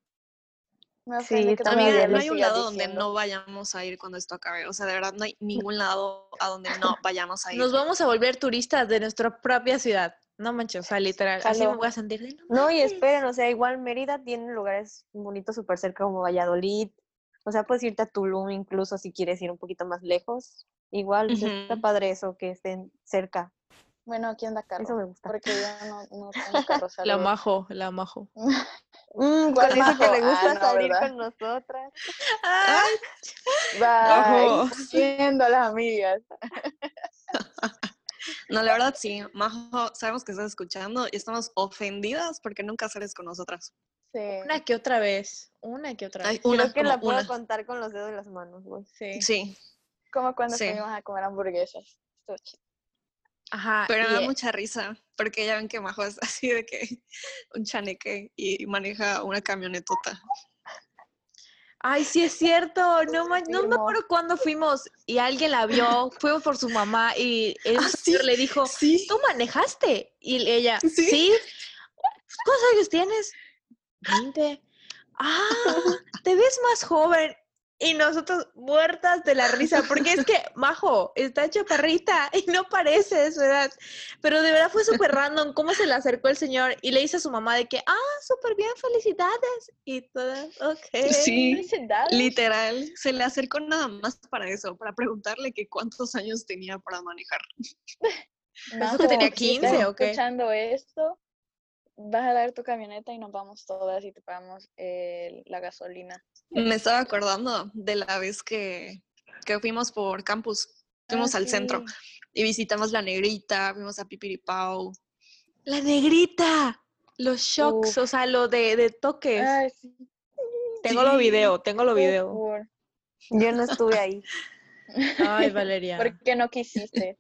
Speaker 4: Me
Speaker 5: Sí,
Speaker 4: ofende que
Speaker 5: está muy
Speaker 3: Amiga,
Speaker 4: todavía
Speaker 3: no
Speaker 4: lo
Speaker 5: deli.
Speaker 3: hay un
Speaker 4: sigas
Speaker 3: lado donde
Speaker 4: diciendo.
Speaker 3: no vayamos a ir cuando esto acabe. O sea, de verdad no hay ningún lado a donde no vayamos a ir.
Speaker 1: Nos vamos a volver turistas de nuestra propia ciudad. No manches, o sea, literal. Así me
Speaker 4: Jalo.
Speaker 1: voy a sentir de no
Speaker 5: No, y esperen,
Speaker 1: mames.
Speaker 5: o sea, igual Mérida tiene lugares bonitos súper cerca como Valladolid. O sea, puedes irte a Tulum incluso si quieres ir un poquito más lejos. Igual, o sea, está
Speaker 3: Ujú.
Speaker 5: padre eso, que estén cerca.
Speaker 4: Bueno, aquí anda
Speaker 5: Eso
Speaker 4: carro.
Speaker 5: me gusta.
Speaker 4: Porque yo no tengo carro,
Speaker 1: La
Speaker 4: saludos.
Speaker 1: majo, la majo.
Speaker 4: ¿Cuál
Speaker 5: Con eso que
Speaker 4: majo?
Speaker 5: le
Speaker 4: Ah,
Speaker 5: gusta
Speaker 4: no,
Speaker 5: salir
Speaker 4: ¿verdad?
Speaker 5: con nosotras.
Speaker 3: Ah,
Speaker 1: Ay,
Speaker 4: Bye.
Speaker 1: ojos.
Speaker 4: Siendo las amigas.
Speaker 3: no, la verdad sí. Majo, sabemos que estás escuchando y estamos ofendidas porque nunca sales con nosotras.
Speaker 4: Sí.
Speaker 1: Una que otra vez. Una que otra
Speaker 3: Ay,
Speaker 1: vez.
Speaker 3: una,
Speaker 5: Creo que
Speaker 3: como
Speaker 5: la puedo
Speaker 3: una.
Speaker 5: contar con los dedos de las manos, güey.
Speaker 1: Sí.
Speaker 3: Sí,
Speaker 4: Como cuando
Speaker 3: sí.
Speaker 4: fuimos a comer hamburguesas. Estuvo chido.
Speaker 1: Ajá.
Speaker 3: Pero me
Speaker 1: Y
Speaker 3: da mucha risa porque ya ven que Majo es así de que un chaneque y maneja una camionetota.
Speaker 1: ay, sí es cierto. No, no me
Speaker 4: Confirmo.
Speaker 1: acuerdo cuándo fuimos y alguien la vio. Fuimos por su mamá y
Speaker 3: Ah,
Speaker 1: un señor
Speaker 3: sí,
Speaker 1: le dijo,
Speaker 3: sí,
Speaker 1: ¿tú manejaste? Y ella,
Speaker 3: sí.
Speaker 1: sí. ¿Cuántos años tienes? 20. Ah, te ves más joven. Y nosotros muertas de la risa, porque es que, Majo, está chaparrita y no parece de su edad. Pero de verdad fue súper random cómo se le acercó el señor y le dice a su mamá de que, súper bien, felicidades. Y todas, ok.
Speaker 3: Sí,
Speaker 4: Felicidades.
Speaker 3: literal, se le acercó nada más para eso, para preguntarle que cuántos años tenía para manejar.
Speaker 1: ¿Pensó que
Speaker 4: Majo,
Speaker 1: tenía
Speaker 4: si estás
Speaker 1: 15 o qué?
Speaker 4: escuchando esto, vas a dar tu camioneta y nos vamos todas y te pagamos la gasolina.
Speaker 3: Me estaba acordando de la vez que fuimos por campus,
Speaker 4: Ah,
Speaker 3: fuimos al centro
Speaker 4: sí.
Speaker 3: y visitamos La Negrita, fuimos a Pipiripao.
Speaker 1: La negrita. Los shocks,
Speaker 4: Uf.
Speaker 1: o sea, lo de toques.
Speaker 4: Ay, sí.
Speaker 1: Tengo lo
Speaker 3: Sí,
Speaker 1: video, tengo lo
Speaker 4: Qué
Speaker 1: video.
Speaker 4: cool.
Speaker 5: Yo no estuve ahí.
Speaker 1: Ay,
Speaker 4: ¿Por
Speaker 1: Valeria.
Speaker 4: qué no quisiste?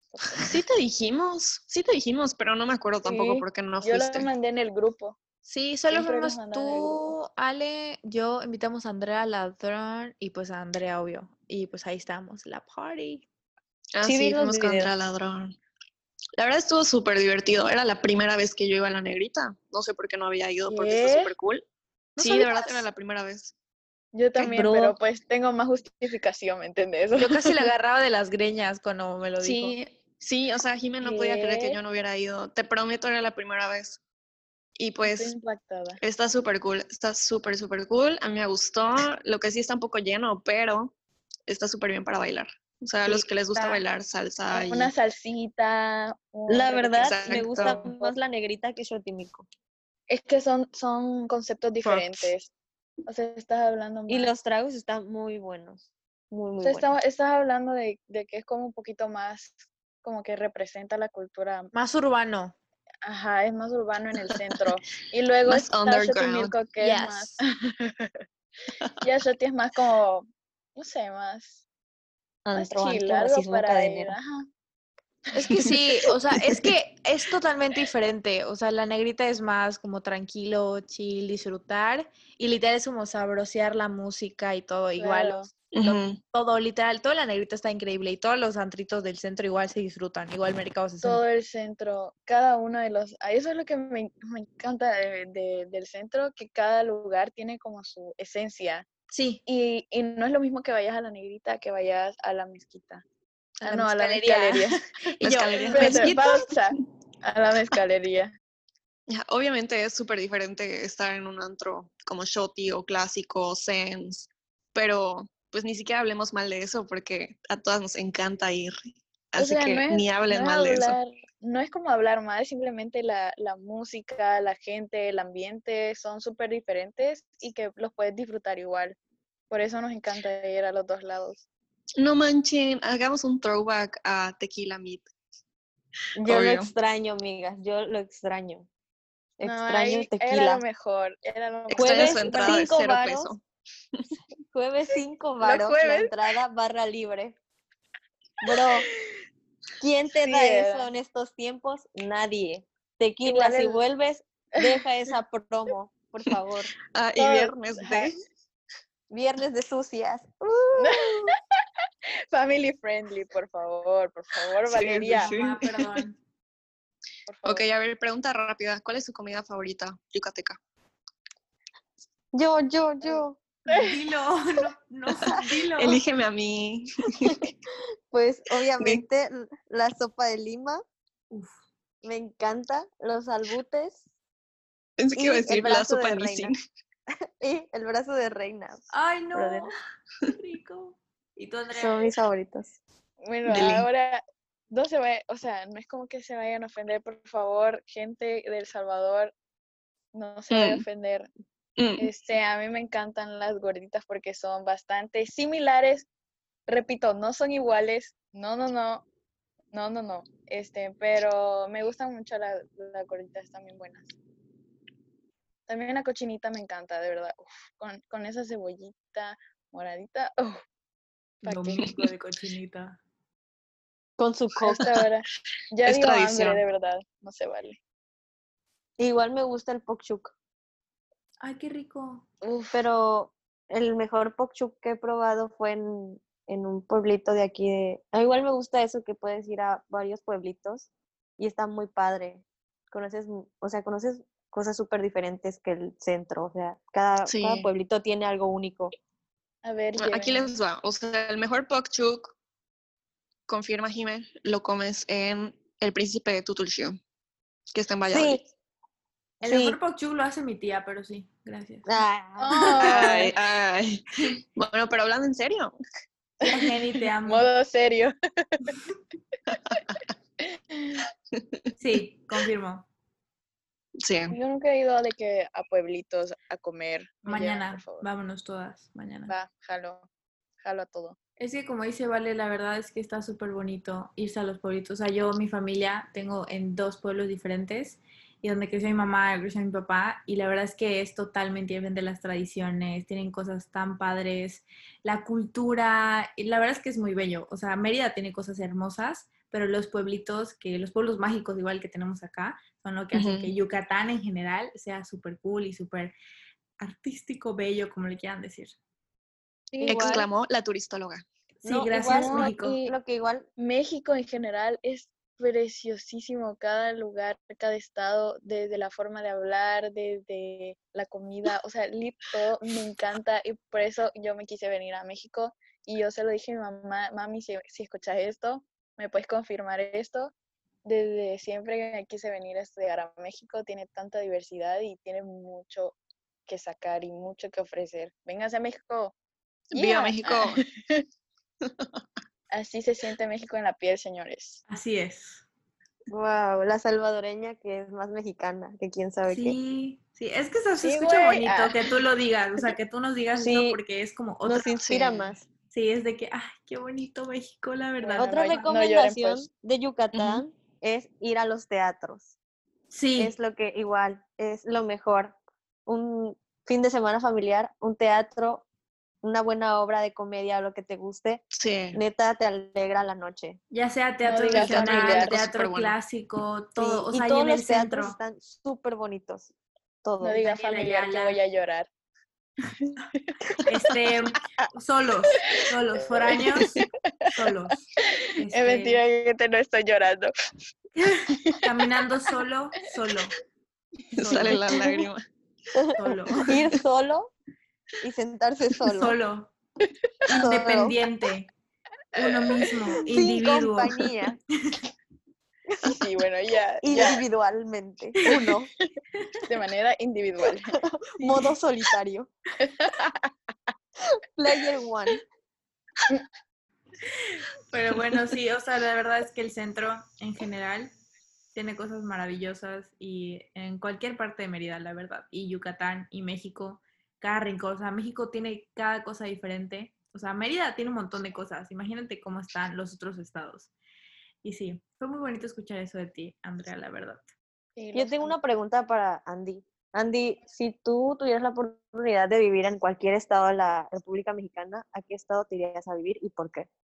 Speaker 3: sí te dijimos, pero no me acuerdo tampoco
Speaker 4: Sí,
Speaker 3: por qué no
Speaker 4: yo lo
Speaker 3: fuiste.
Speaker 4: mandé en el grupo.
Speaker 1: Sí, solo
Speaker 4: Siempre los
Speaker 1: fuimos
Speaker 4: mandaba en el grupo.
Speaker 1: tú, Ale, yo, invitamos a Andrea Ladrón y pues a Andrea, obvio. Y pues ahí estábamos, la party.
Speaker 3: Ah,
Speaker 5: Sí vi
Speaker 3: sí,
Speaker 5: los
Speaker 3: fuimos con
Speaker 5: videos.
Speaker 3: Andrea Ladrón. La verdad estuvo súper divertido. Era la primera vez que yo iba a La Negrita. No sé por qué no había ido, porque está
Speaker 4: ¿Qué?
Speaker 3: súper cool.
Speaker 1: ¿No
Speaker 3: Sí, de verdad era
Speaker 1: sabías?
Speaker 3: la primera vez.
Speaker 4: Yo
Speaker 3: ¿Qué?
Speaker 4: también,
Speaker 5: Bro,
Speaker 4: pero pues tengo más justificación, ¿me entiendes?
Speaker 1: Yo casi la agarraba de las greñas cuando me lo dijo.
Speaker 3: Sí, sí, o sea, Jimé no podía creer que
Speaker 4: ¿Qué?
Speaker 3: yo no hubiera ido. Te prometo, era la primera vez. Y
Speaker 4: Estoy
Speaker 3: pues
Speaker 4: impactada.
Speaker 3: está súper cool, está súper, súper cool. A mí me gustó. Lo que sí está un poco lleno, pero está súper bien para bailar. O sea, a
Speaker 4: Sí,
Speaker 3: los que les gusta
Speaker 4: está
Speaker 3: bailar salsa
Speaker 4: una
Speaker 3: y...
Speaker 4: salsita, un
Speaker 5: la verdad me
Speaker 4: reggaetoncito.
Speaker 5: gusta
Speaker 3: Exacto.
Speaker 5: más la negrita que Xochimilco.
Speaker 4: Es que son conceptos
Speaker 3: Facts.
Speaker 4: diferentes. O sea, estás hablando
Speaker 5: Y
Speaker 4: más.
Speaker 5: los tragos están muy buenos. Muy,
Speaker 4: O
Speaker 5: muy
Speaker 4: sea,
Speaker 5: buenos.
Speaker 4: estás hablando de que es como un poquito más, como que representa la cultura.
Speaker 1: Más urbano.
Speaker 4: Ajá, es más urbano en el centro. Y luego
Speaker 3: Más
Speaker 4: está
Speaker 3: underground.
Speaker 4: Xochimilco, que es más.
Speaker 1: Yes.
Speaker 4: Ya Xoti es más como, no sé, más
Speaker 5: Antro,
Speaker 4: chill,
Speaker 5: antro,
Speaker 4: algo
Speaker 5: racismo
Speaker 4: para ir.
Speaker 5: cadenero.
Speaker 4: Ajá.
Speaker 1: Es que sí, o sea, es que es totalmente diferente. O sea, la negrita es más como tranquilo, chill, disfrutar. Y literal es como sabrosear la música y todo. Igual,
Speaker 4: Claro.
Speaker 3: Ujú.
Speaker 1: todo, literal, toda la negrita está increíble. Y todos los antritos del centro igual se disfrutan. Igual Mercado 60.
Speaker 4: Todo el centro, cada uno de los... Eso es lo que me encanta del centro, que cada lugar tiene como su esencia.
Speaker 1: Sí,
Speaker 4: Y no es lo mismo que vayas a la negrita que vayas a la mezquita.
Speaker 1: a la
Speaker 4: No, a la
Speaker 1: mezcalería.
Speaker 4: mezcalería.
Speaker 1: Y yo,
Speaker 3: Mezcalería.
Speaker 4: Espérate,
Speaker 3: ¿Mezquita?
Speaker 4: pausa. A la mezcalería.
Speaker 3: Ya, obviamente es súper diferente estar en un antro como Shotty o clásico, Sense, pero pues ni siquiera hablemos mal de eso porque a todas nos encanta ir,
Speaker 4: O
Speaker 3: así
Speaker 4: sea,
Speaker 3: que ni
Speaker 4: no
Speaker 3: hablen
Speaker 4: es
Speaker 3: mal de eso.
Speaker 4: hablar, no es como hablar mal, simplemente la música, la gente, el ambiente son súper diferentes y que los puedes disfrutar igual. Por eso nos encanta ir a los dos lados.
Speaker 3: No manchen, hagamos un throwback a Tequila Meat,
Speaker 5: Yo lo
Speaker 3: obvio.
Speaker 5: extraño, amigas, yo lo extraño.
Speaker 4: No,
Speaker 5: Extraño
Speaker 4: ahí era lo
Speaker 5: tequila.
Speaker 4: mejor, era lo
Speaker 3: Extraño
Speaker 4: mejor.
Speaker 3: su
Speaker 5: Jueves,
Speaker 3: entrada de
Speaker 5: 5
Speaker 3: 0
Speaker 5: varos.
Speaker 3: peso.
Speaker 5: Jueves 5
Speaker 4: Los
Speaker 5: varos, la
Speaker 4: jueves,
Speaker 5: entrada barra libre. Bro, ¿quién te
Speaker 4: sí
Speaker 5: da eso
Speaker 4: era.
Speaker 5: en estos tiempos? Nadie. Tequila,
Speaker 4: Igual
Speaker 5: si
Speaker 4: el
Speaker 5: vuelves, deja esa promo, por favor.
Speaker 3: Ah, y
Speaker 4: todo,
Speaker 3: viernes
Speaker 4: ajá.
Speaker 3: de...
Speaker 5: Viernes de sucias.
Speaker 4: Family friendly, por favor,
Speaker 3: Sí, sí,
Speaker 4: Valeria,
Speaker 3: sí.
Speaker 1: mamá, perdón.
Speaker 4: por
Speaker 3: Ok,
Speaker 4: favor.
Speaker 3: a ver, pregunta rápida. ¿Cuál es su comida favorita yucateca?
Speaker 5: Yo.
Speaker 1: Dilo, no, dilo.
Speaker 3: Elígeme a mí.
Speaker 5: Pues
Speaker 3: Di.
Speaker 5: obviamente la sopa de lima,
Speaker 1: Uf,
Speaker 5: me encanta, los albutes
Speaker 3: Pensé que iba a
Speaker 5: y el
Speaker 3: decir la
Speaker 5: brazo
Speaker 3: sopa
Speaker 5: de
Speaker 3: Nissin.
Speaker 5: reina. Y el brazo de reina,
Speaker 1: ay,
Speaker 5: brother,
Speaker 1: no, qué rico. ¿Y tú, Andrea?
Speaker 5: son mis favoritos.
Speaker 4: Bueno,
Speaker 3: Deli.
Speaker 4: ahora no se va, o sea, no es como que se vayan a ofender, por favor, gente de El Salvador, no se vaya a
Speaker 3: Mm,
Speaker 4: ofender.
Speaker 3: mm.
Speaker 4: A mí me encantan las gorditas porque son bastante similares. Repito, no son iguales. No. Pero me gustan mucho las gorditas, también buenas. También la cochinita me encanta, de verdad. Uf, con esa cebollita moradita. ¿Para qué?
Speaker 1: Domingo de cochinita.
Speaker 5: Con su
Speaker 4: A
Speaker 5: coca.
Speaker 4: esta hora ya
Speaker 3: Es
Speaker 4: dio hambre,
Speaker 3: tradición.
Speaker 4: de verdad. No se vale.
Speaker 5: Igual me gusta el pokchuk,
Speaker 1: Ay, qué rico.
Speaker 4: Uf,
Speaker 5: pero el mejor pokchuk que he probado fue en un pueblito de aquí igual me gusta eso, que puedes ir a varios pueblitos y está muy padre. Conoces cosas súper diferentes que el centro, o sea, cada
Speaker 3: Sí.
Speaker 5: pueblito tiene algo único.
Speaker 4: a ver,
Speaker 3: Aquí
Speaker 4: llévenme.
Speaker 3: les va. O sea, el mejor pokchuk, confirma Jime, lo comes en El Príncipe de Tutulxio, que está en Valladolid.
Speaker 5: Sí,
Speaker 1: El mejor
Speaker 5: sí.
Speaker 1: pokchuk lo hace mi tía, pero sí, gracias.
Speaker 5: Ah,
Speaker 3: Ay,
Speaker 4: Ay,
Speaker 3: ay. Bueno, pero hablando en serio.
Speaker 1: Tía Jenny, te amo.
Speaker 4: modo serio.
Speaker 1: Sí, confirmo.
Speaker 3: Sí.
Speaker 4: Yo nunca he ido de que a pueblitos a comer. Me llevan, por
Speaker 1: Mañana,
Speaker 4: favor.
Speaker 1: vámonos todas, mañana.
Speaker 4: Va, jalo a todo.
Speaker 1: Es que como dice Vale, la verdad es que está súper bonito irse a los pueblitos. O sea, yo, mi familia, tengo en 2 pueblos diferentes y donde creció mi mamá, creció mi papá y la verdad es que es totalmente diferente las tradiciones, tienen cosas tan padres, la cultura, y la verdad es que es muy bello. O sea, Mérida tiene cosas hermosas, pero los pueblitos, que los pueblos mágicos igual que tenemos acá, son lo que hacen
Speaker 3: Ujú.
Speaker 1: que Yucatán en general sea súper cool y súper artístico, bello, como le quieran decir.
Speaker 4: Sí,
Speaker 5: igual,
Speaker 3: Exclamó la turistóloga.
Speaker 1: Sí,
Speaker 5: no,
Speaker 1: gracias,
Speaker 5: igual
Speaker 4: no,
Speaker 1: México.
Speaker 4: y
Speaker 5: lo que igual,
Speaker 4: México en general es preciosísimo. Cada lugar, cada estado, desde la forma de hablar, desde la comida, o sea, todo me encanta y por eso yo me quise venir a México y yo se lo dije a mi mamá, mami, si escuchas esto, me puedes confirmar esto. Desde siempre que me quise venir a estudiar a México, tiene tanta diversidad y tiene mucho que sacar y mucho que ofrecer. Véngase a México.
Speaker 3: ¡Viva
Speaker 4: Yeah.
Speaker 3: México!
Speaker 4: Así se siente México en la piel, señores.
Speaker 1: Así es.
Speaker 5: wow, la salvadoreña que es más mexicana que quién sabe qué.
Speaker 1: Sí, sí, es que se
Speaker 4: Sí,
Speaker 1: escucha
Speaker 4: güey.
Speaker 1: bonito que tú lo digas, o sea, que tú nos digas eso
Speaker 5: Sí,
Speaker 1: porque es como otra,
Speaker 5: nos inspira
Speaker 3: Sí.
Speaker 5: más.
Speaker 1: sí, es de que, ay, qué bonito México, la verdad.
Speaker 4: Bueno,
Speaker 5: Otra
Speaker 4: no lloren,
Speaker 5: recomendación
Speaker 4: pues.
Speaker 5: de
Speaker 3: Ujú.
Speaker 5: Yucatán es ir a los teatros. Es
Speaker 1: Sí,
Speaker 5: lo que igual es lo mejor. Un fin de semana familiar, un teatro, una buena obra de comedia o lo que te guste,
Speaker 3: Sí.
Speaker 5: neta te alegra la noche.
Speaker 2: Ya sea teatro
Speaker 4: digas
Speaker 2: regional,
Speaker 4: familiar.
Speaker 2: teatro
Speaker 3: Superbueno.
Speaker 2: clásico,
Speaker 5: Sí,
Speaker 2: todo, o
Speaker 5: y
Speaker 2: sea, y
Speaker 5: todos
Speaker 2: en el
Speaker 5: los teatros
Speaker 2: centro.
Speaker 5: están súper bonitos,
Speaker 4: No
Speaker 5: todos.
Speaker 4: diga
Speaker 2: Daniela
Speaker 4: familiar que
Speaker 2: Ayala.
Speaker 4: voy a llorar.
Speaker 2: Solos, foráneos, solos.
Speaker 4: Es mentira que te no estoy llorando.
Speaker 2: Caminando solo.
Speaker 3: Sale la lágrima.
Speaker 2: Solo.
Speaker 5: Ir solo y sentarse solo.
Speaker 2: Solo. Independiente. Uno mismo.
Speaker 5: Sin
Speaker 2: Individuo.
Speaker 5: compañía,
Speaker 4: Sí, bueno, ya,
Speaker 5: individualmente. Uno,
Speaker 4: de manera individual.
Speaker 5: modo solitario. Player one.
Speaker 2: Pero bueno, sí, o sea, la verdad es que el centro en general tiene cosas maravillosas y en cualquier parte de Mérida, la verdad. Y Yucatán y México, cada rincón. O sea, México tiene cada cosa diferente. O sea, Mérida tiene un montón de cosas. Imagínate cómo están los otros estados. Y sí, fue muy bonito escuchar eso de ti, Andrea, la verdad.
Speaker 4: Sí,
Speaker 5: Yo tengo una pregunta para Andy. Andy, si tú tuvieras la oportunidad de vivir en cualquier estado de la República Mexicana, ¿a qué estado te irías a vivir y por qué?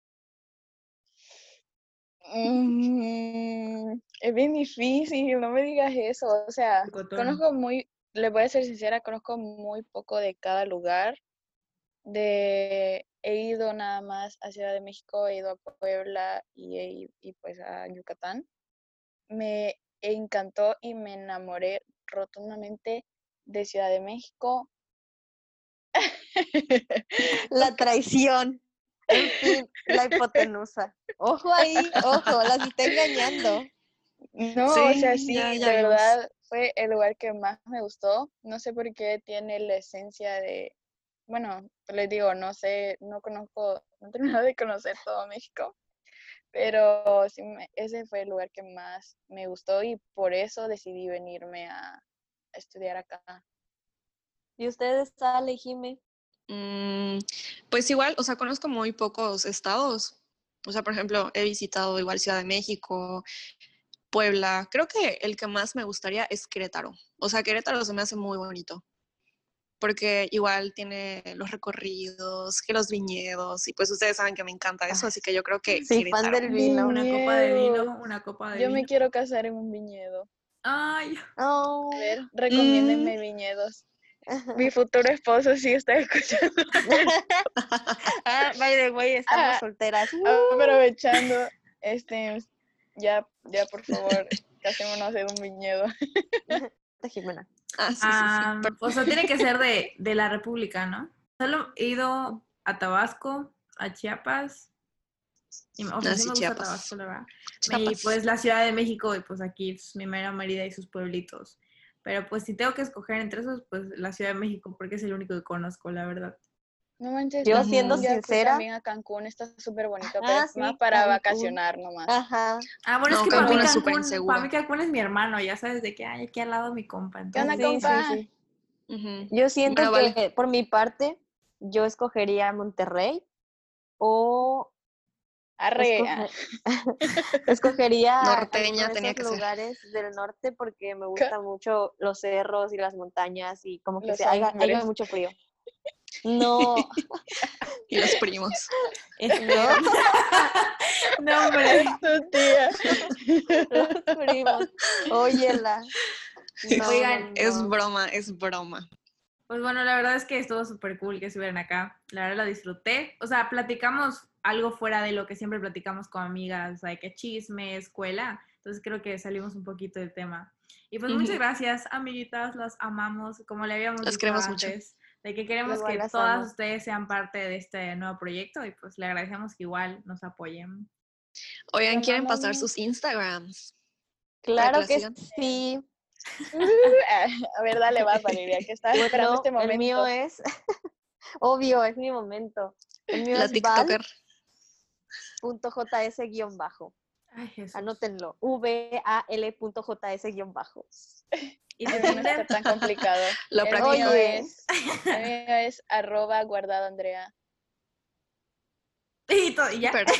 Speaker 4: Es bien difícil, no me digas eso. O sea,
Speaker 2: Cotón.
Speaker 4: les voy a ser sincera, conozco muy poco de cada lugar. He ido nada más a Ciudad de México, he ido a Puebla y pues a Yucatán. Me encantó y me enamoré rotundamente de Ciudad de México.
Speaker 5: La traición. En fin, la hipotenusa. Ojo ahí, ojo, las está engañando.
Speaker 4: No,
Speaker 3: Sí,
Speaker 4: o sea, sí,
Speaker 3: ya
Speaker 4: de
Speaker 3: vimos.
Speaker 4: verdad fue el lugar que más me gustó. No sé por qué tiene la esencia de, bueno, les digo, no sé, no conozco, no he terminado de conocer todo México, pero sí, ese fue el lugar que más me gustó y por eso decidí venirme a estudiar acá.
Speaker 5: ¿Y ustedes, Ale y Jime?
Speaker 3: Pues igual, o sea, conozco muy pocos estados. O sea, por ejemplo, he visitado igual Ciudad de México, Puebla. Creo que el que más me gustaría es Querétaro. O sea, Querétaro se me hace muy bonito. Porque igual tiene los recorridos, que los viñedos, y pues ustedes saben que me encanta eso, así que yo creo que
Speaker 5: Sí, fan
Speaker 3: Querétaro.
Speaker 5: del vino.
Speaker 2: Una copa de
Speaker 4: Viñedos.
Speaker 2: vino, una copa de
Speaker 4: Yo
Speaker 2: vino.
Speaker 4: me quiero casar en un viñedo.
Speaker 2: Ay,
Speaker 5: Oh.
Speaker 4: A ver, recomiéndenme viñedos. Mi futuro esposo sí está escuchando.
Speaker 5: Ah, by the way, estamos solteras.
Speaker 4: Aprovechando, ya por favor, casémonos en un viñedo.
Speaker 5: Jimena.
Speaker 3: Ah, sí.
Speaker 2: o sea, tiene que ser de la República, ¿no? Solo he ido a Tabasco, a Chiapas. O sea, sí me gusta
Speaker 3: Chiapas.
Speaker 2: Tabasco, la verdad. Y
Speaker 3: Chiapas.
Speaker 2: pues la Ciudad de México y pues aquí es mi mera Mérida y sus pueblitos. Pero pues si tengo que escoger entre esos, pues la Ciudad de México porque es el único que conozco, la verdad.
Speaker 4: No manches,
Speaker 5: Yo
Speaker 4: Cancún,
Speaker 5: siendo
Speaker 4: ya fui
Speaker 5: sincera.
Speaker 4: también a Cancún, está súper bonito, pero es más
Speaker 5: Sí,
Speaker 4: para
Speaker 5: Cancún.
Speaker 4: vacacionar nomás.
Speaker 5: Ajá.
Speaker 2: Ah, bueno,
Speaker 3: No,
Speaker 2: es que para
Speaker 3: Cancún
Speaker 2: mí
Speaker 3: es súper
Speaker 2: Cancún,
Speaker 3: inseguro.
Speaker 2: para mí Cancún es mi hermano, ya sabes de que hay aquí al lado mi compa.
Speaker 4: ¿Qué onda,
Speaker 2: Entonces,
Speaker 4: compa?
Speaker 5: Sí.
Speaker 3: Ujú.
Speaker 5: Yo siento
Speaker 3: Bueno,
Speaker 5: que
Speaker 3: vale.
Speaker 5: por mi parte, yo escogería Monterrey o
Speaker 4: Arre.
Speaker 5: escogería
Speaker 3: Norteña
Speaker 5: alguno de
Speaker 3: tenía
Speaker 5: esos
Speaker 3: que ser.
Speaker 5: lugares del norte porque me gustan mucho los cerros y las montañas y como que
Speaker 4: Los
Speaker 5: haga
Speaker 4: hombres.
Speaker 5: mucho frío. No,
Speaker 3: Y los primos.
Speaker 5: no,
Speaker 2: no, hombre.
Speaker 4: Tu tía.
Speaker 5: los primos. Óyela. No,
Speaker 2: Oigan,
Speaker 3: Es
Speaker 5: no.
Speaker 3: broma, es broma.
Speaker 2: Pues bueno, la verdad es que estuvo súper cool que estuvieran acá. La verdad la disfruté. O sea, platicamos algo fuera de lo que siempre platicamos con amigas, o sea, de que chisme, escuela. Entonces creo que salimos un poquito del tema. Y pues muchas gracias, amiguitas, las amamos, como le habíamos
Speaker 3: Las
Speaker 2: dicho
Speaker 3: queremos mucho.
Speaker 2: antes, de que queremos
Speaker 5: Igual
Speaker 2: que
Speaker 5: las
Speaker 2: todas
Speaker 5: amo.
Speaker 2: ustedes sean parte de este nuevo proyecto y pues le agradecemos que igual nos apoyen.
Speaker 3: Oigan,
Speaker 4: Las
Speaker 3: ¿quieren
Speaker 4: amamos
Speaker 3: pasar
Speaker 4: mucho.
Speaker 3: sus Instagrams?
Speaker 5: Claro que
Speaker 3: sigan?
Speaker 5: sí.
Speaker 4: A ver, dale, vas, Valeria, que estás esperando este momento.
Speaker 5: El mío es, obvio, es mi momento. El mío
Speaker 3: La
Speaker 5: es
Speaker 3: TikToker.
Speaker 5: val.js_.
Speaker 2: Ay, Jesús.
Speaker 5: Anótenlo. val.js_.
Speaker 2: ¿Y
Speaker 4: El
Speaker 2: tu
Speaker 4: mío no
Speaker 2: Tinder?
Speaker 4: está tan complicado.
Speaker 3: Lo
Speaker 4: El
Speaker 3: practico.
Speaker 4: mío
Speaker 5: Oye.
Speaker 4: es @guardadandrea.
Speaker 2: Y ya.
Speaker 3: Pero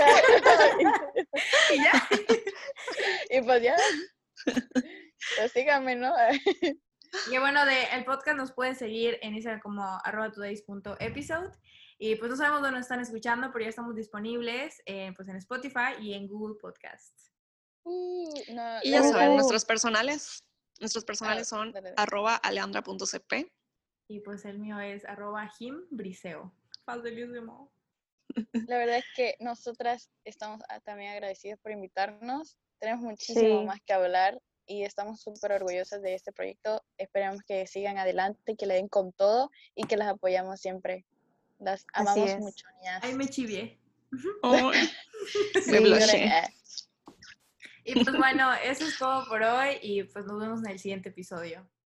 Speaker 2: Y ya.
Speaker 4: Y pues ya. Pues síganme, ¿no?
Speaker 2: Y bueno, el podcast nos pueden seguir en Instagram como @todays.episode. Y pues no sabemos dónde nos están escuchando, pero ya estamos disponibles pues en Spotify y en Google Podcasts.
Speaker 4: No,
Speaker 3: Y ya
Speaker 4: la
Speaker 3: saben,
Speaker 4: verdad-
Speaker 3: nuestros personales son
Speaker 4: dale.
Speaker 3: @aleandra.cp.
Speaker 2: Y pues el mío es @jimbriseo. Facilísimo.
Speaker 4: La verdad es que nosotras estamos también agradecidas por invitarnos. Tenemos muchísimo
Speaker 5: Sí.
Speaker 4: más que hablar y estamos súper orgullosas de este proyecto. Esperamos que sigan adelante, que le den con todo y que las apoyamos siempre. Las
Speaker 5: Así
Speaker 4: amamos
Speaker 5: es.
Speaker 4: mucho, niñas.
Speaker 2: Ahí me chivié.
Speaker 3: Ay,
Speaker 5: Sí,
Speaker 3: me
Speaker 5: yo
Speaker 3: blushé.
Speaker 2: Y pues bueno, eso es todo por hoy y pues nos vemos en el siguiente episodio.